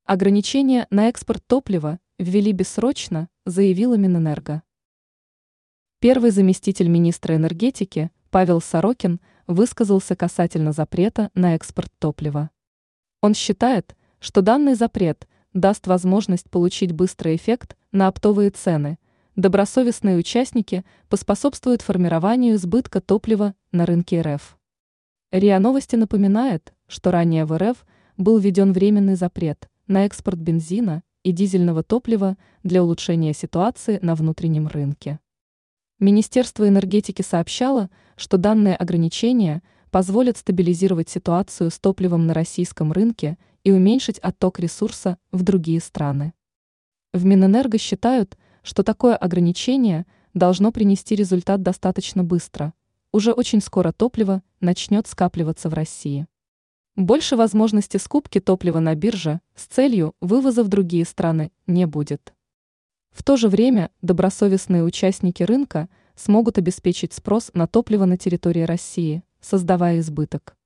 Ограничения на экспорт топлива ввели бессрочно, заявила Минэнерго. Первый заместитель министра энергетики Павел Сорокин высказался касательно запрета на экспорт топлива. Он считает, что данный запрет даст возможность получить быстрый эффект на оптовые цены. Добросовестные участники поспособствуют формированию избытка топлива на рынке РФ. РИА Новости напоминает, что ранее в РФ был введен временный запрет на экспорт бензина и дизельного топлива для улучшения ситуации на внутреннем рынке. Министерство энергетики сообщало, что данные ограничения позволят стабилизировать ситуацию с топливом на российском рынке и уменьшить отток ресурса в другие страны. В Минэнерго считают, что такое ограничение должно принести результат достаточно быстро. Уже очень скоро топливо начнет скапливаться в России. Больше возможности скупки топлива на бирже с целью вывоза в другие страны не будет. В то же время добросовестные участники рынка смогут обеспечить спрос на топливо на территории России, создавая избыток.